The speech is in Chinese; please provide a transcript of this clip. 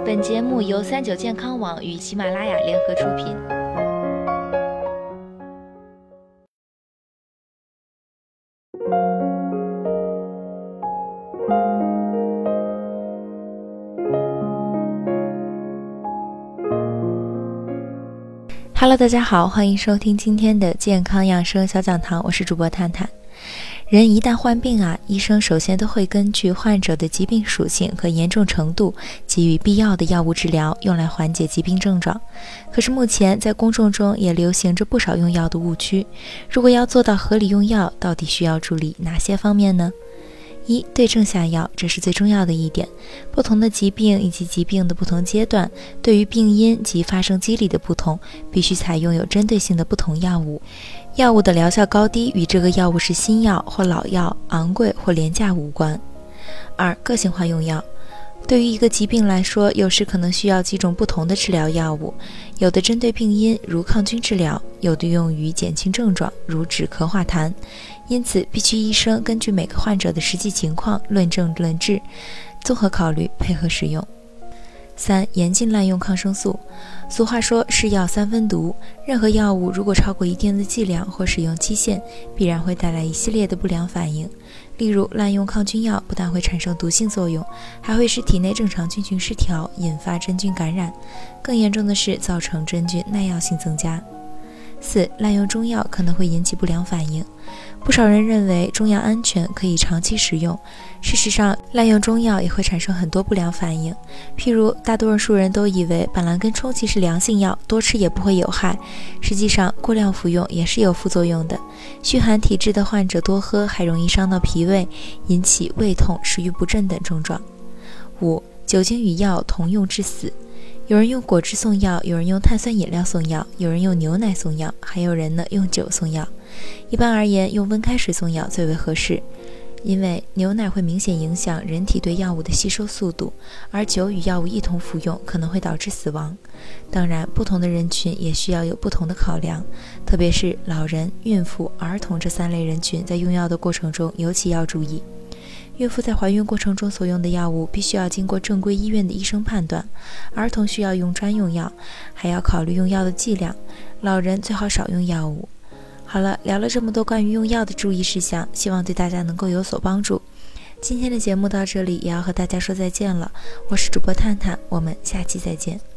本节目由39健康网与喜马拉雅联合出品。Hello， 大家好，欢迎收听今天的健康养生小讲堂，我是主播探探。人一旦患病医生首先都会根据患者的疾病属性和严重程度，给予必要的药物治疗，用来缓解疾病症状。可是目前在公众中也流行着不少用药的误区，如果要做到合理用药，到底需要注意哪些方面呢？一、对症下药，这是最重要的一点。不同的疾病以及疾病的不同阶段，对于病因及发生机理的不同，必须采用有针对性的不同药物。药物的疗效高低与这个药物是新药或老药、昂贵或廉价无关。二、个性化用药。对于一个疾病来说，有时可能需要几种不同的治疗药物，有的针对病因，如抗菌治疗；有的用于减轻症状，如止咳化痰。因此，必须医生根据每个患者的实际情况论证论治，综合考虑配合使用。三、严禁滥用抗生素。俗话说是药三分毒，任何药物如果超过一定的剂量或使用期限，必然会带来一系列的不良反应。例如，滥用抗菌药不但会产生毒性作用，还会使体内正常菌群失调，引发真菌感染。更严重的是造成真菌耐药性增加。四、滥用中药可能会引起不良反应。不少人认为中药安全，可以长期食用。事实上，滥用中药也会产生很多不良反应。譬如，大多数人都以为板蓝根冲剂是良性药，多吃也不会有害。实际上，过量服用也是有副作用的。虚寒体质的患者多喝，还容易伤到脾胃，引起胃痛、食欲不振等症状。五、酒精与药同用致死。有人用果汁送药，有人用碳酸饮料送药，有人用牛奶送药，还有人用酒送药。一般而言，用温开水送药最为合适，因为牛奶会明显影响人体对药物的吸收速度，而酒与药物一同服用可能会导致死亡。当然，不同的人群也需要有不同的考量，特别是老人、孕妇、儿童这三类人群在用药的过程中尤其要注意。孕妇在怀孕过程中所用的药物必须要经过正规医院的医生判断，儿童需要用专用药，还要考虑用药的剂量，老人最好少用药物。好了，聊了这么多关于用药的注意事项，希望对大家能够有所帮助。今天的节目到这里也要和大家说再见了，我是主播探探，我们下期再见。